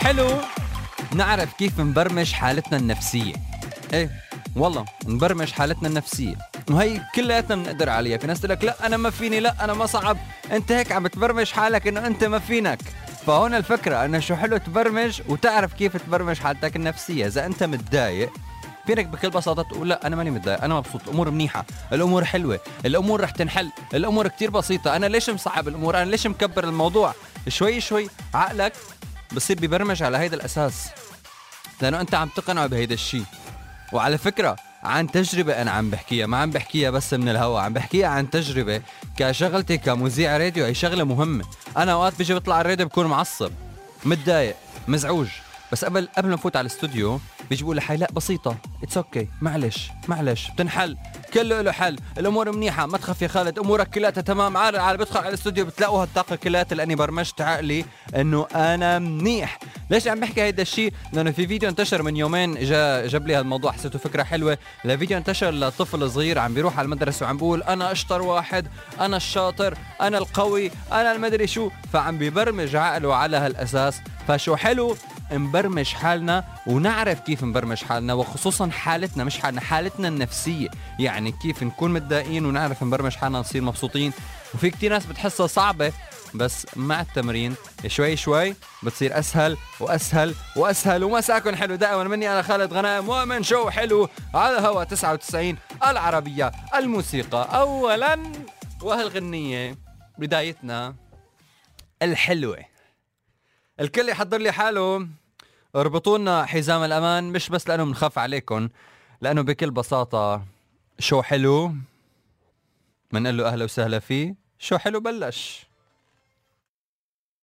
حلو نعرف كيف نبرمج حالتنا النفسية. ايه والله نبرمج حالتنا النفسية، وهي كلياتنا بنقدر عليها. في ناس تقول لك لا انا ما فيني، لا انا ما صعب. انت هيك عم بتبرمج حالك انه انت ما فينك. فهون الفكرة انه شو حلو تبرمج وتعرف كيف تبرمج حالتك النفسية. اذا انت متضايق فينك بكل بساطة تقول لا أنا ماني متضايق، أنا مبسوط، الأمور منيحة، الأمور حلوة، الأمور رح تنحل، الأمور كتير بسيطة. أنا ليش مصعب الأمور؟ أنا ليش مكبر الموضوع؟ شوي شوي عقلك بصير بيبرمج على هيدا الأساس، لأنه أنت عم تقنعه بهيدا الشيء. وعلى فكرة عن تجربة أنا عم بحكيها، ما عم بحكيها بس من الهوا، عم بحكيها عن تجربة كشغلتي كمذيع راديو. هي شغلة مهمة. أنا أوقات بيجي بطلع الراديو بكون معصب، متضايق، مزعوج، بس قبل ما نفوت على الاستوديو بيجي بقول لحالي لا بسيطة، اتس اوكي، معلش بتنحل، كله له حل، الامور منيحة، ما تخاف يا خالد، امورك كلها تمام. على بدخل على الاستوديو بتلاقوا هالطاقة كلها لاني برمجت عقلي انه انا منيح. ليش عم بحكي هيدا الشيء؟ لانه في فيديو انتشر من يومين جاب لي هالموضوع، حسيته فكرة حلوة. الفيديو انتشر لطفل صغير عم بيروح على المدرسة وعم بيقول انا اشطر واحد، انا الشاطر، انا القوي، انا المدري شو. فعم بيبرمج عقله على هالاساس. فشو حلو نبرمج حالنا ونعرف كيف نبرمج حالنا، وخصوصا حالتنا، مش حالنا، حالتنا النفسية. يعني كيف نكون متضايقين ونعرف نبرمج حالنا نصير مبسوطين. وفي كتير ناس بتحسها صعبة، بس مع التمرين شوي شوي بتصير أسهل وأسهل وأسهل. ومساكن حلو دائما مني أنا خالد غنائم، ومن شو حلو على هوا 99 العربية الموسيقى أولا، وهالغنية بدايتنا الحلوة. الكل يحضر لي حاله، اربطوا لنا حزام الأمان، مش بس لأنه بنخاف عليكم، لأنه بكل بساطة شو حلو منقول له أهلا وسهلا فيه. شو حلو بلش.